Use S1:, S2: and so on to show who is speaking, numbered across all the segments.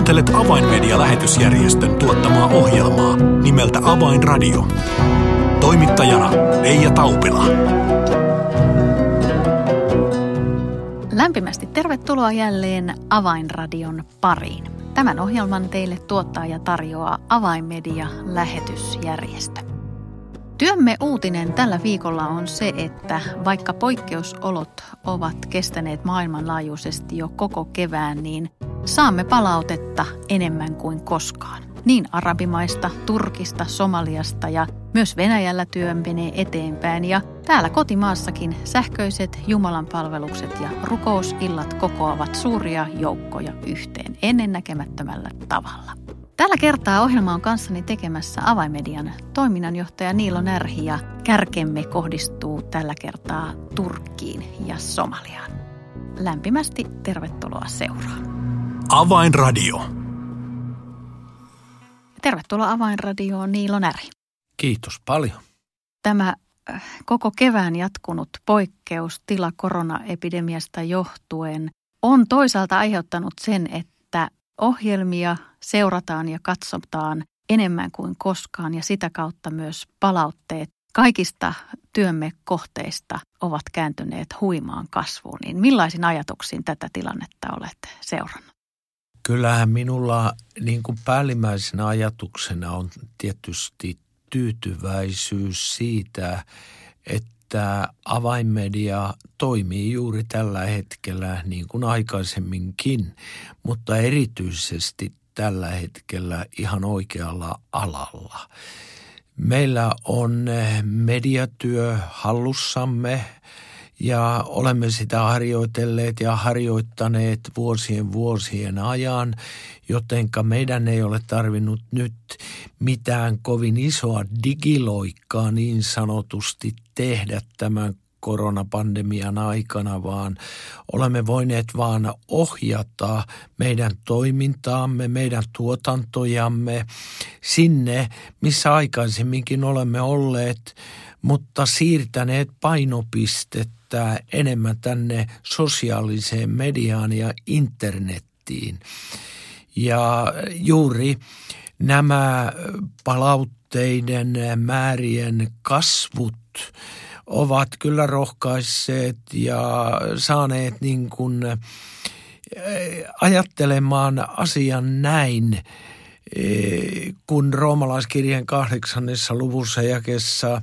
S1: Kuuntelet Avainmedia-lähetysjärjestön tuottamaa ohjelmaa nimeltä Avainradio. Toimittajana Leija Taupila.
S2: Lämpimästi tervetuloa jälleen Avainradion pariin. Tämän ohjelman teille tuottaa ja tarjoaa Avainmedia-lähetysjärjestö. Työmme uutinen tällä viikolla on se, että vaikka poikkeusolot ovat kestäneet maailmanlaajuisesti jo koko kevään, niin saamme palautetta enemmän kuin koskaan. Niin arabimaista, Turkista, Somaliasta ja myös Venäjällä työ menee eteenpäin ja täällä kotimaassakin sähköiset jumalanpalvelukset ja rukousillat kokoavat suuria joukkoja yhteen ennennäkemättömällä tavalla. Tällä kertaa ohjelma on kanssani tekemässä Avainmedian toiminnanjohtaja Niilo Närhi ja kärkemme kohdistuu tällä kertaa Turkkiin ja Somaliaan. Lämpimästi tervetuloa seuraan.
S1: Avainradio.
S2: Tervetuloa Avainradioon Niilo Närhi.
S3: Kiitos paljon.
S2: Tämä koko kevään jatkunut poikkeustila koronaepidemiasta johtuen on toisaalta aiheuttanut sen, että ohjelmia seurataan ja katsotaan enemmän kuin koskaan ja sitä kautta myös palautteet kaikista työmme kohteista ovat kääntyneet huimaan kasvuun. Niin millaisin ajatuksiin tätä tilannetta olet seurannut?
S3: Kyllähän minulla niin kuin päällimmäisenä ajatuksena on tietysti tyytyväisyys siitä, että Avainmedia toimii juuri tällä hetkellä niin kuin aikaisemminkin, mutta erityisesti tällä hetkellä ihan oikealla alalla. Meillä on mediatyö hallussamme ja olemme sitä harjoitelleet ja harjoittaneet vuosien ajan, jotenka meidän ei ole tarvinnut nyt mitään kovin isoa digiloikkaa niin sanotusti tehdä tämän koronapandemian aikana, vaan olemme voineet vaan ohjata meidän toimintaamme, meidän tuotantojamme sinne, missä aikaisemminkin olemme olleet, mutta siirtäneet painopistettä enemmän tänne sosiaaliseen mediaan ja internettiin. Ja juuri nämä palautteiden määrien kasvut ovat kyllä rohkaisseet ja saaneet niin kuin ajattelemaan asian näin, kun roomalaiskirjeen 8. luvussa jakeessa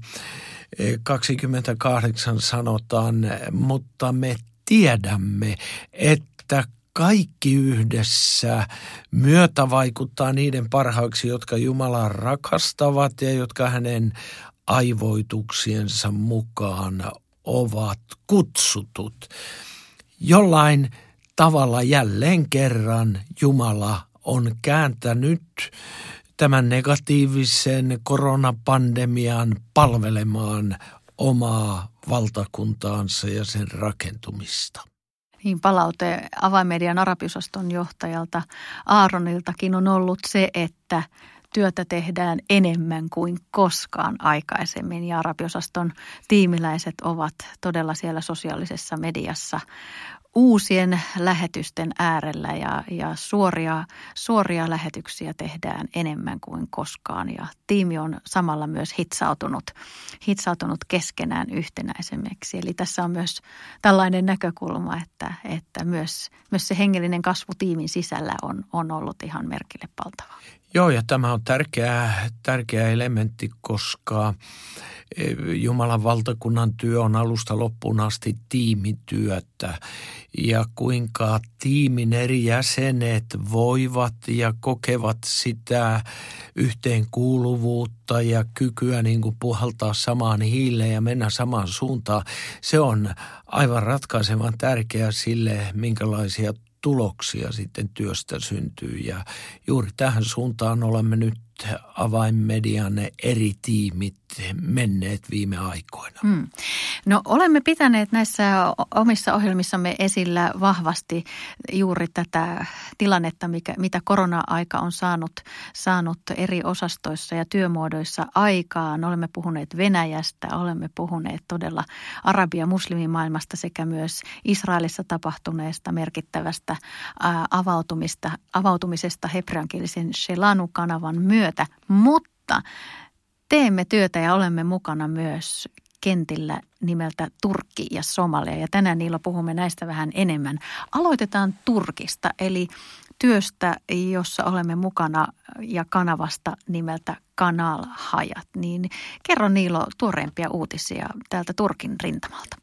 S3: 28 sanotaan, mutta me tiedämme, että kaikki yhdessä myötävaikuttaa niiden parhaaksi, jotka Jumalaa rakastavat ja jotka hänen aivoituksiensa mukaan ovat kutsutut. Jollain tavalla jälleen kerran Jumala on kääntänyt tämän negatiivisen koronapandemian palvelemaan omaa valtakuntaansa ja sen rakentumista.
S2: Niin, palaute Avainmedian arabiosaston johtajalta Aaroniltakin on ollut se, että työtä tehdään enemmän kuin koskaan aikaisemmin ja arabiosaston tiimiläiset ovat todella siellä sosiaalisessa mediassa uusien lähetysten äärellä ja suoria lähetyksiä tehdään enemmän kuin koskaan ja tiimi on samalla myös hitsautunut keskenään yhtenäisemmiksi. Eli tässä on myös tällainen näkökulma, että myös se hengellinen kasvu tiimin sisällä on ollut ihan merkille pantavaa.
S3: Joo, ja tämä on tärkeä elementti, koska Jumalan valtakunnan työ on alusta loppuun asti tiimityötä ja kuinka tiimin eri jäsenet voivat ja kokevat sitä yhteenkuuluvuutta ja kykyä niin kuin puhaltaa samaan hiileen ja mennä samaan suuntaan. Se on aivan ratkaisevan tärkeää sille, minkälaisia tuloksia sitten työstä syntyy ja juuri tähän suuntaan olemme nyt avainmedian eri tiimit menneet viime aikoina?
S2: No olemme pitäneet näissä omissa ohjelmissamme esillä vahvasti juuri tätä tilannetta, mitä korona-aika on saanut eri osastoissa ja työmuodoissa aikaan. Olemme puhuneet Venäjästä, olemme puhuneet todella arabia-muslimimaailmasta sekä myös Israelissa tapahtuneesta merkittävästä avautumisesta hebreankielisen Shelanu-kanavan myötä, mutta teemme työtä ja olemme mukana myös kentillä nimeltä Turkki ja Somalia, ja tänään Niilo puhumme näistä vähän enemmän. Aloitetaan Turkista, eli työstä, jossa olemme mukana, ja kanavasta nimeltä Kanal Hayat. Niin kerro Niilo tuoreimpia uutisia täältä Turkin rintamalta.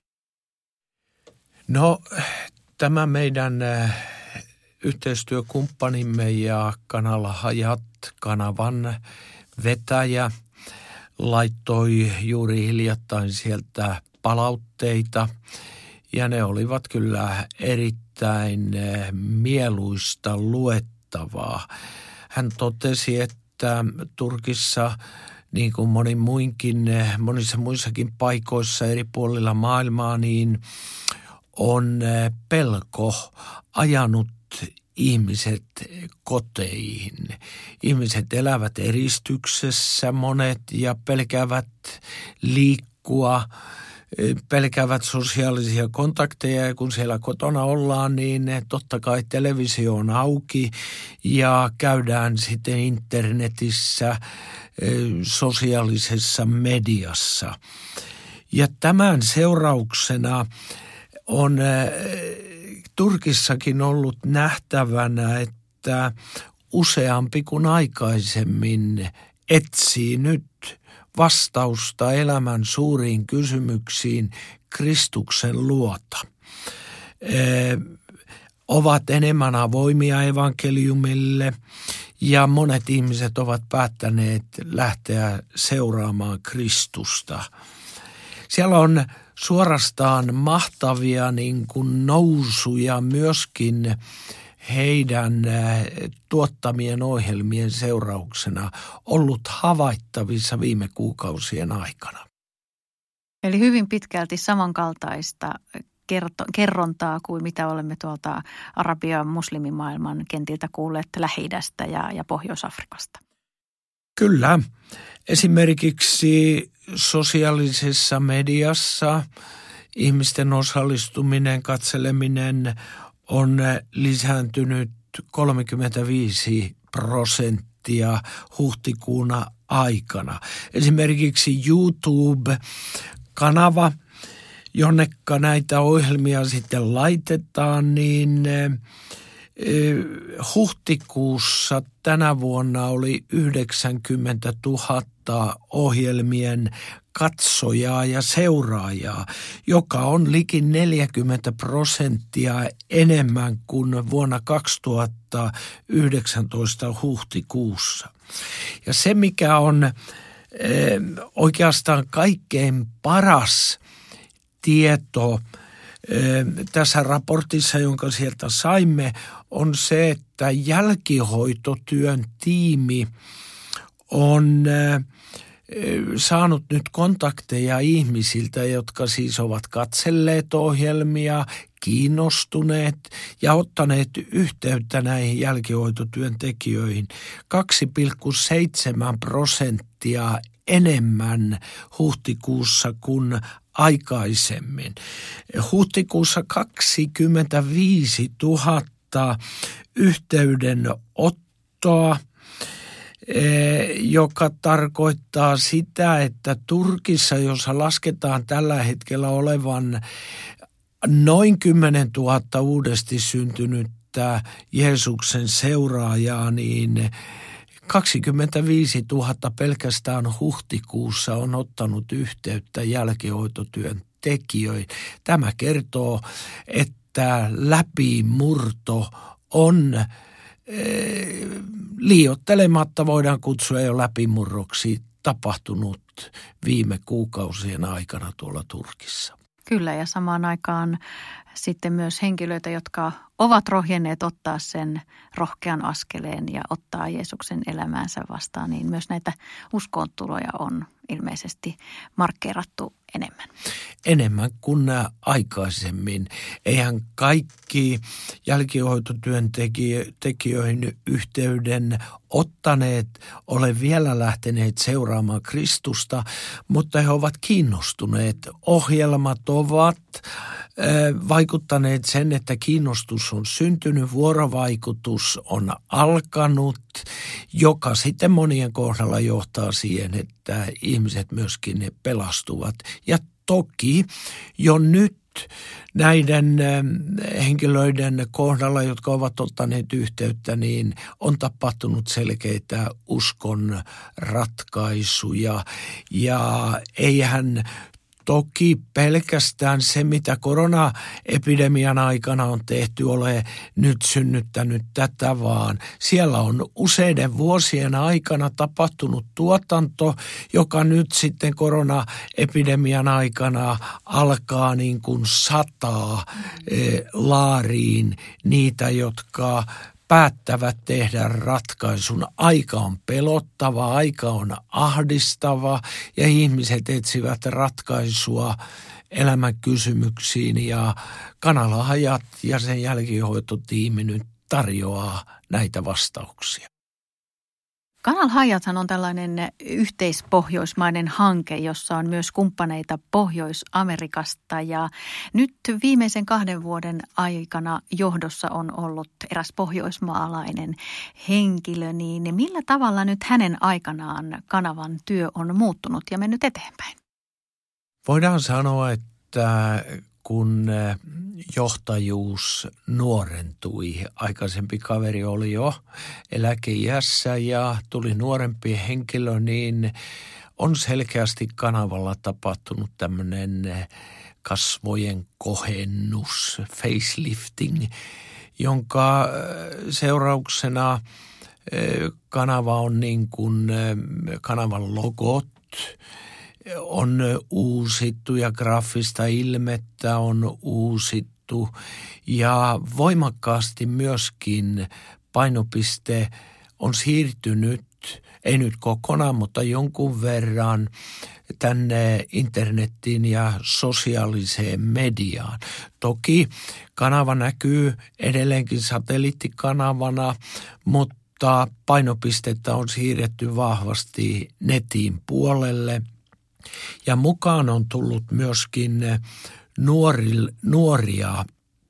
S3: No tämä meidän yhteistyökumppanimme ja Kanal Hayat-kanavan vetäjä laittoi juuri hiljattain sieltä palautteita, ja ne olivat kyllä erittäin mieluista luettavaa. Hän totesi, että Turkissa, niin kuin monissa muissakin paikoissa eri puolilla maailmaa, niin on pelko ajanut ihmiset koteihin. Ihmiset elävät eristyksessä monet ja pelkäävät liikkua, pelkäävät sosiaalisia kontakteja, ja kun siellä kotona ollaan, niin totta kai televisio on auki ja käydään sitten internetissä, sosiaalisessa mediassa. Ja tämän seurauksena on Turkissakin ollut nähtävänä, että useampi kuin aikaisemmin etsii nyt vastausta elämän suuriin kysymyksiin Kristuksen luota. Ovat enemmän avoimia evankeliumille, ja monet ihmiset ovat päättäneet lähteä seuraamaan Kristusta. Siellä on suorastaan mahtavia niin kuin nousuja myöskin heidän tuottamien ohjelmien seurauksena ollut havaittavissa viime kuukausien aikana.
S2: Eli hyvin pitkälti samankaltaista kerrontaa kuin mitä olemme tuolta Arabian muslimimaailman kentiltä kuulleet Lähi-idästä ja Pohjois-Afrikasta.
S3: Kyllä. Esimerkiksi sosiaalisessa mediassa ihmisten osallistuminen, katseleminen on lisääntynyt 35% huhtikuun aikana. Esimerkiksi YouTube-kanava, jonnekka näitä ohjelmia sitten laitetaan, niin huhtikuussa tänä vuonna oli 90 000 ohjelmien katsojaa ja seuraajaa, joka on liki 40% enemmän kuin vuonna 2019 huhtikuussa. Ja se, mikä on oikeastaan kaikkein paras tieto tässä raportissa, jonka sieltä saimme, on se, että jälkihoitotyön tiimi on saanut nyt kontakteja ihmisiltä, jotka siis ovat katselleet ohjelmia, kiinnostuneet ja ottaneet yhteyttä näihin jälkihoitotyöntekijöihin 2,7% enemmän huhtikuussa kuin aikaisemmin. Huhtikuussa 25 000 yhteydenottoa, joka tarkoittaa sitä, että Turkissa, jossa lasketaan tällä hetkellä olevan noin 10 000 uudesti syntynyttä Jeesuksen seuraajaa, niin 25 000 pelkästään huhtikuussa on ottanut yhteyttä jälkihoitotyön tekijöihin. Tämä kertoo, että läpimurto on liioittelematta voidaan kutsua jo läpimurroksi tapahtunut viime kuukausien aikana tuolla Turkissa.
S2: Kyllä, ja samaan aikaan sitten myös henkilöitä, jotka ovat rohjenneet ottaa sen rohkean askeleen ja ottaa Jeesuksen elämäänsä vastaan, niin myös näitä uskoontuloja on ilmeisesti markkeerattu enemmän.
S3: Enemmän kuin aikaisemmin. Eihän kaikki jälkihoitotyöntekijöihin yhteyden ottaneet ole vielä lähteneet seuraamaan Kristusta, mutta he ovat kiinnostuneet. Ohjelmat ovat vaikuttaneet sen, että kiinnostus on syntynyt, vuorovaikutus on alkanut, joka sitten monien kohdalla johtaa siihen, että ihmiset myöskin pelastuvat. Ja toki jo nyt näiden henkilöiden kohdalla, jotka ovat ottaneet yhteyttä, niin on tapahtunut selkeitä uskon ratkaisuja ja eihän toki pelkästään se, mitä koronaepidemian aikana on tehty, ole nyt synnyttänyt tätä, vaan siellä on useiden vuosien aikana tapahtunut tuotanto, joka nyt sitten koronaepidemian aikana alkaa niin kuin sataa laariin niitä, jotka päättävät tehdä ratkaisun. Aika on pelottava, aika on ahdistava ja ihmiset etsivät ratkaisua elämän kysymyksiin ja Kanalahajat ja sen jälkihoitotiimi nyt tarjoaa näitä vastauksia.
S2: Kanalahajathan on tällainen yhteispohjoismainen hanke, jossa on myös kumppaneita Pohjois-Amerikasta ja nyt viimeisen 2 vuoden aikana johdossa on ollut eräs pohjoismaalainen henkilö, niin millä tavalla nyt hänen aikanaan kanavan työ on muuttunut ja mennyt eteenpäin?
S3: Voidaan sanoa, että kun johtajuus nuorentui, aikaisempi kaveri oli jo eläkeiässä ja tuli nuorempi henkilö, niin on selkeästi kanavalla tapahtunut tämmöinen kasvojen kohennus, facelifting, jonka seurauksena kanava on niin kuin kanavan logot on uusittu ja graafista ilmettä on uusittu ja voimakkaasti myöskin painopiste on siirtynyt, ei nyt kokonaan, mutta jonkun verran tänne internettiin ja sosiaaliseen mediaan. Toki kanava näkyy edelleenkin satelliittikanavana, mutta painopistettä on siirretty vahvasti netin puolelle. Ja mukaan on tullut myöskin nuoria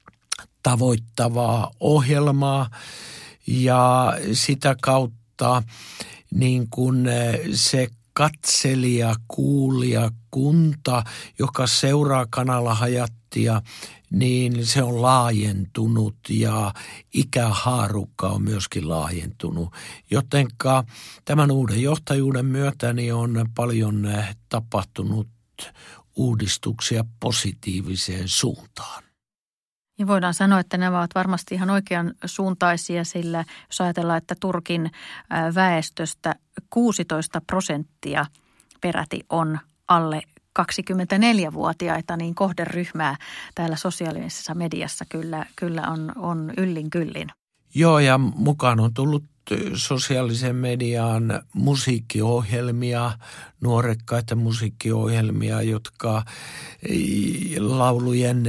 S3: tavoittavaa ohjelmaa ja sitä kautta niin kuin se katselija, kuulija, kunta, joka seuraa Kanalahajattia, niin se on laajentunut ja ikähaarukka on myöskin laajentunut. Jotenka tämän uuden johtajuuden myötä niin on paljon tapahtunut uudistuksia positiiviseen suuntaan.
S2: Ja voidaan sanoa, että nämä ovat varmasti ihan oikean suuntaisia, sillä jos ajatellaan, että Turkin väestöstä 16% peräti on alle 24-vuotiaita, niin kohderyhmää täällä sosiaalisessa mediassa kyllä on yllin kyllin.
S3: Joo, ja mukaan on tullut sosiaalisen mediaan musiikkiohjelmia, nuorekkaita musiikkiohjelmia, jotka laulujen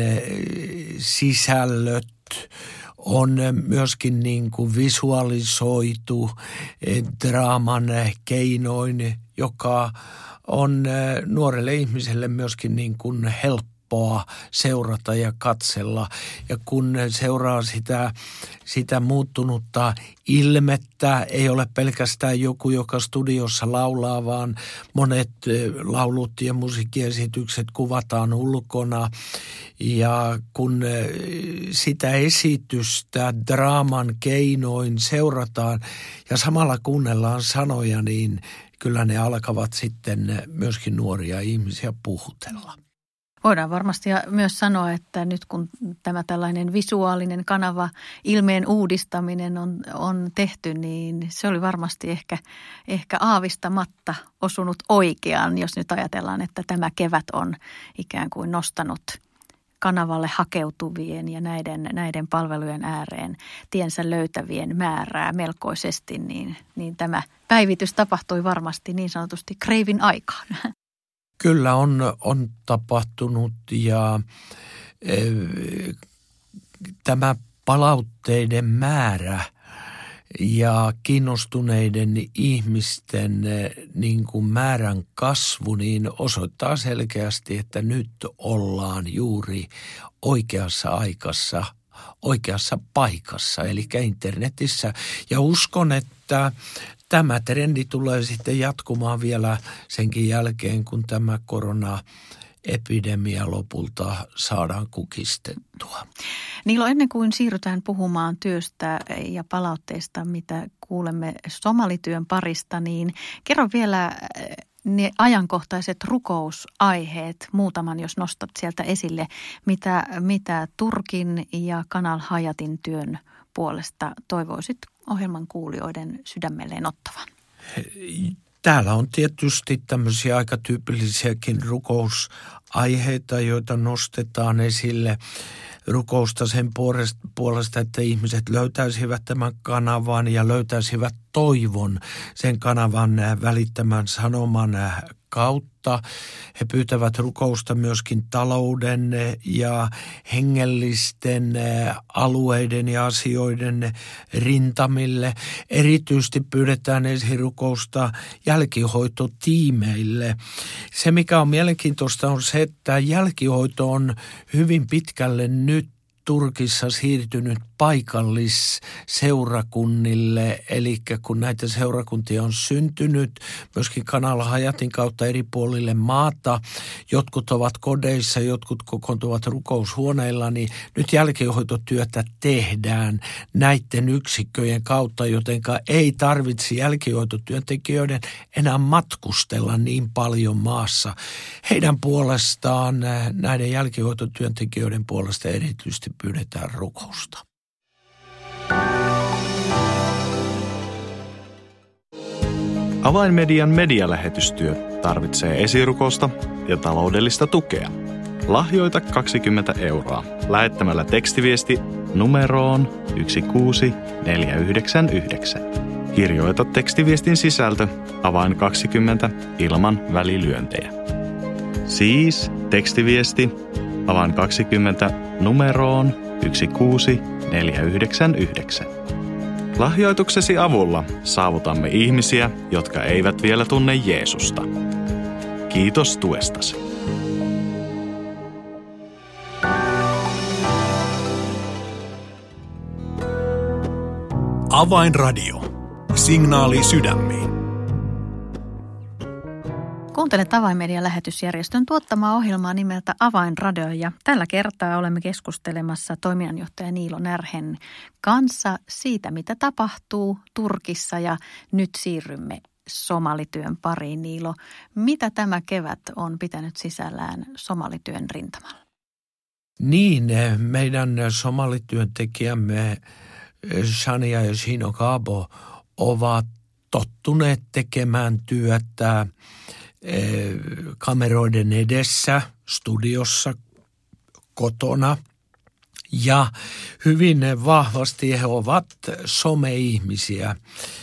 S3: sisällöt on myöskin niin kuin visualisoitu draaman keinoin, joka on nuorelle ihmiselle myöskin niin kuin helppoa seurata ja katsella. Ja kun seuraa sitä muuttunutta ilmettä, ei ole pelkästään joku, joka studiossa laulaa, vaan monet laulut ja musiikkiesitykset kuvataan ulkona. Ja kun sitä esitystä draaman keinoin seurataan ja samalla kuunnellaan sanoja, niin kyllä ne alkavat sitten myöskin nuoria ihmisiä puhutella.
S2: Voidaan varmasti myös sanoa, että nyt kun tämä tällainen visuaalinen kanava, ilmeen uudistaminen on tehty, niin se oli varmasti ehkä aavistamatta osunut oikeaan, jos nyt ajatellaan, että tämä kevät on ikään kuin nostanut kanavalle hakeutuvien ja näiden palvelujen ääreen tiensä löytävien määrää melkoisesti, niin tämä päivitys tapahtui varmasti niin sanotusti kreivin aikaan.
S3: Kyllä on tapahtunut ja tämä palautteiden määrä ja kiinnostuneiden ihmisten niin kuin määrän kasvu niin osoittaa selkeästi, että nyt ollaan juuri oikeassa aikassa, oikeassa paikassa, eli internetissä. Ja uskon, että tämä trendi tulee sitten jatkumaan vielä senkin jälkeen, kun tämä koronaepidemia lopulta saadaan kukistettua.
S2: Niilo, ennen kuin siirrytään puhumaan työstä ja palautteista, mitä kuulemme somalityön parista, niin kerro vielä ne ajankohtaiset rukousaiheet, muutaman jos nostat sieltä esille, mitä Turkin ja Kanal Hayatin työn puolesta toivoisit ohjelman kuulijoiden sydämelleen ottavan?
S3: Täällä on tietysti tämmöisiä aika tyypillisiäkin rukousaiheita, joita nostetaan esille. Rukousta sen puolesta, että ihmiset löytäisivät tämän kanavan ja löytäisivät toivon sen kanavan välittämän sanoman kautta. He pyytävät rukousta myöskin talouden ja hengellisten alueiden ja asioiden rintamille. Erityisesti pyydetään esirukousta jälkihoitotiimeille. Se, mikä on mielenkiintoista, on se, että jälkihoito on hyvin pitkälle nyt Turkissa siirtynyt paikallisseurakunnille, eli kun näitä seurakuntia on syntynyt myöskin Kanal Hayatin kautta eri puolille maata, jotkut ovat kodeissa, jotkut kokoontuvat rukoushuoneilla, niin nyt jälkihoitotyötä tehdään näiden yksikköjen kautta, jotenka ei tarvitse jälkihoitotyöntekijöiden enää matkustella niin paljon maassa. Heidän puolestaan, näiden jälkihoitotyöntekijöiden puolesta erityisesti pyydetään rukousta.
S4: Avainmedian medialähetystyö tarvitsee esirukousta ja taloudellista tukea. Lahjoita 20 € lähettämällä tekstiviesti numeroon 16499. Kirjoita tekstiviestin sisältö avain 20 ilman välilyöntejä. Siis tekstiviesti avain 20 numeroon 16499. Lahjoituksesi avulla saavutamme ihmisiä, jotka eivät vielä tunne Jeesusta. Kiitos tuestasi.
S1: Avainradio. Signaali sydämiin.
S2: Kuuntelet Avainmedian lähetysjärjestön tuottamaa ohjelmaa nimeltä Avainradio ja tällä kertaa olemme keskustelemassa toiminnanjohtaja Niilo Närhen kanssa siitä, mitä tapahtuu Turkissa ja nyt siirrymme somalityön pariin. Niilo, mitä tämä kevät on pitänyt sisällään somalityön rintamalla?
S3: Niin, meidän somalityöntekijämme Shania ja Shino Kabo ovat tottuneet tekemään työtä kameroiden edessä, studiossa, kotona ja hyvin vahvasti he ovat some-ihmisiä,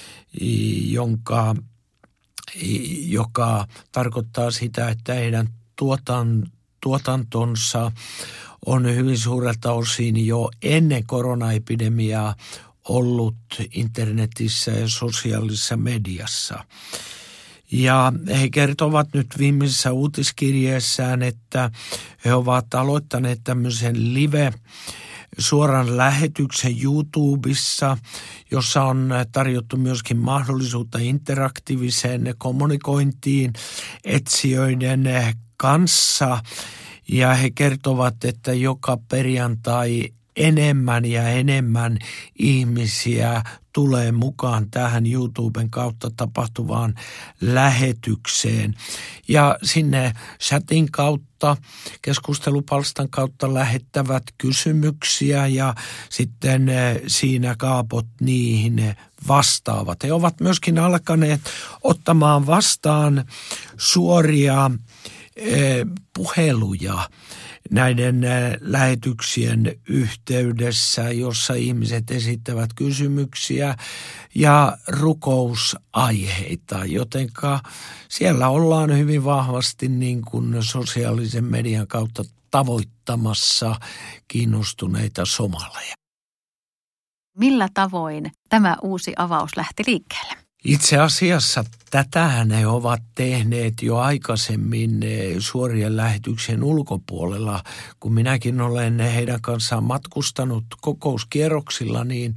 S3: joka tarkoittaa sitä, että heidän tuotantonsa on hyvin suurelta osin jo ennen koronaepidemiaa ollut internetissä ja sosiaalisessa mediassa. Ja he kertovat nyt viimeisessä uutiskirjeessään, että he ovat aloittaneet tämmöisen suoran lähetyksen YouTubessa, jossa on tarjottu myöskin mahdollisuutta interaktiiviseen kommunikointiin etsijöiden kanssa. Ja he kertovat, että joka perjantai enemmän ja enemmän ihmisiä tulee mukaan tähän YouTuben kautta tapahtuvaan lähetykseen. Ja sinne chatin kautta, keskustelupalstan kautta lähettävät kysymyksiä ja sitten siinä kaapot niihin vastaavat. He ovat myöskin alkaneet ottamaan vastaan suoria puheluja näiden lähetyksien yhteydessä, jossa ihmiset esittävät kysymyksiä ja rukousaiheita, jotenka siellä ollaan hyvin vahvasti niin kuin sosiaalisen median kautta tavoittamassa kiinnostuneita somaleja.
S2: Millä tavoin tämä uusi avaus lähti liikkeelle?
S3: Itse asiassa tätähän he ovat tehneet jo aikaisemmin suorien lähetyksien ulkopuolella. Kun minäkin olen heidän kanssaan matkustanut kokouskierroksilla, niin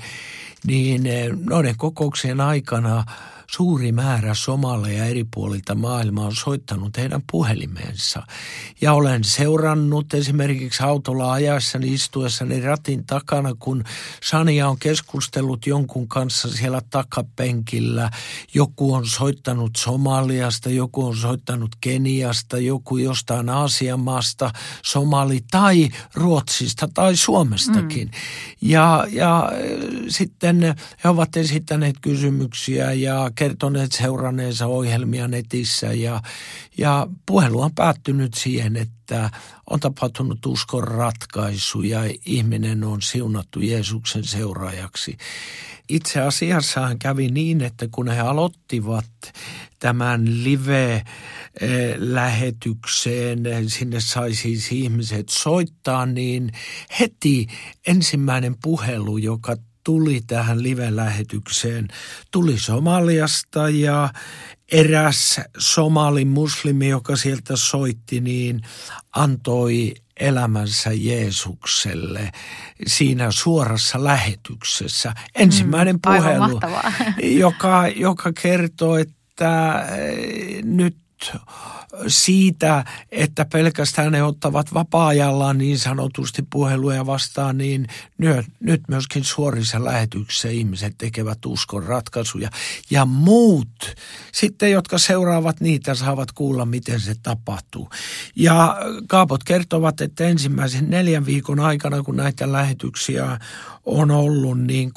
S3: noiden kokouksien aikana suuri määrä somaleja eri puolilta maailmaa on soittanut heidän puhelimeensa. Ja olen seurannut esimerkiksi autolla ajaessani istuessani ratin takana, kun Sania on keskustellut jonkun kanssa siellä takapenkillä. Joku on soittanut Somaliasta, joku on soittanut Keniasta, joku jostain Aasian maasta, somali tai Ruotsista tai Suomestakin. Ja sitten he ovat esittäneet kysymyksiä ja kertoneet seuranneensa ohjelmia netissä ja puhelu on päättynyt siihen, että on tapahtunut uskon ratkaisu ja ihminen on siunattu Jeesuksen seuraajaksi. Itse asiassahan kävi niin, että kun he aloittivat tämän live-lähetykseen, sinne sai siis ihmiset soittaa, niin heti ensimmäinen puhelu, joka tuli tähän live-lähetykseen, tuli Somaliasta ja eräs somali muslimi, joka sieltä soitti, niin antoi elämänsä Jeesukselle siinä suorassa lähetyksessä. Ensimmäinen puhelu, joka kertoo, että nyt siitä, että pelkästään ne ottavat vapaa-ajallaan niin sanotusti puheluja vastaan, niin nyt myöskin suorissa lähetyksissä ihmiset tekevät uskon ratkaisuja. Ja muut sitten, jotka seuraavat niitä, saavat kuulla, miten se tapahtuu. Ja kaapot kertovat, että ensimmäisen 4 viikon aikana, kun näitä lähetyksiä on ollut, niin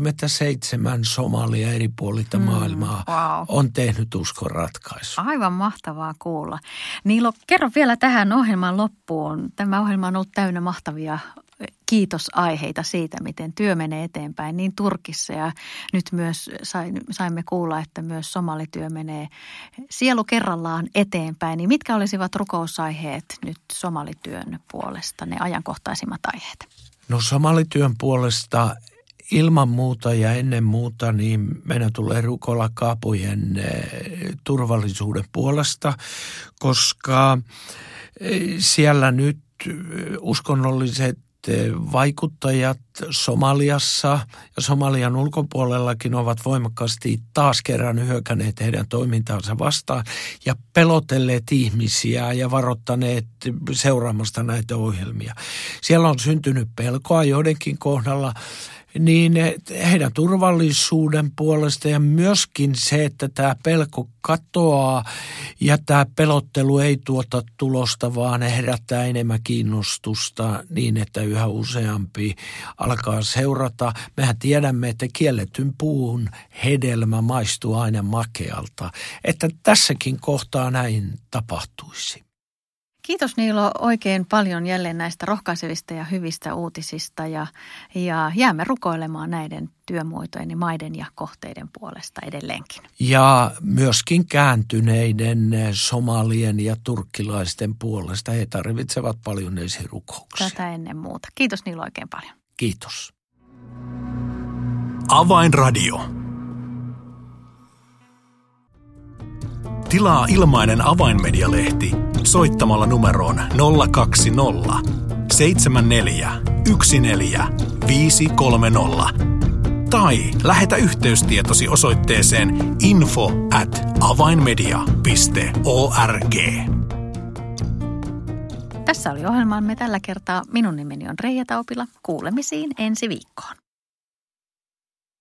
S3: 37 somalia eri puolilta maailmaa on tehnyt uskon ratkaisu.
S2: Aivan mahtavaa kuulla. Niilo, kerro vielä tähän ohjelman loppuun. Tämä ohjelma on ollut täynnä mahtavia kiitosaiheita siitä, miten työ menee eteenpäin niin Turkissa ja nyt myös saimme kuulla, että myös somalityö menee sielu kerrallaan eteenpäin. Niin mitkä olisivat rukousaiheet nyt somalityön puolesta, ne ajankohtaisimmat aiheet?
S3: No somalityön puolesta ilman muuta ja ennen muuta niin meidän tulee rukoilla kaapujen turvallisuuden puolesta, koska siellä nyt uskonnolliset vaikuttajat Somaliassa ja Somalian ulkopuolellakin ovat voimakkaasti taas kerran hyökänneet heidän toimintaansa vastaan ja pelotelleet ihmisiä ja varoittaneet seuraamasta näitä ohjelmia. Siellä on syntynyt pelkoa joidenkin kohdalla, niin heidän turvallisuuden puolesta ja myöskin se, että tämä pelko katoaa ja tämä pelottelu ei tuota tulosta, vaan herättää enemmän kiinnostusta niin, että yhä useampi alkaa seurata. Mehän tiedämme, että kielletyn puun hedelmä maistuu aina makealta, että tässäkin kohtaa näin tapahtuisi.
S2: Kiitos Niilo oikein paljon jälleen näistä rohkaisevista ja hyvistä uutisista ja jäämme rukoilemaan näiden työmuotojen ja maiden ja kohteiden puolesta edelleenkin.
S3: Ja myöskin kääntyneiden somalien ja turkkilaisten puolesta. He tarvitsevat paljon esirukouksia.
S2: Tätä ennen muuta. Kiitos Niilo oikein paljon.
S3: Kiitos.
S1: Avainradio. Tilaa ilmainen Avainmedia-lehti soittamalla numeroon 020 74 14 530 tai lähetä yhteystietosi osoitteeseen info@avainmedia.org.
S2: Tässä oli ohjelmamme tällä kertaa. Minun nimeni on Reija Taupila. Kuulemisiin ensi viikkoon.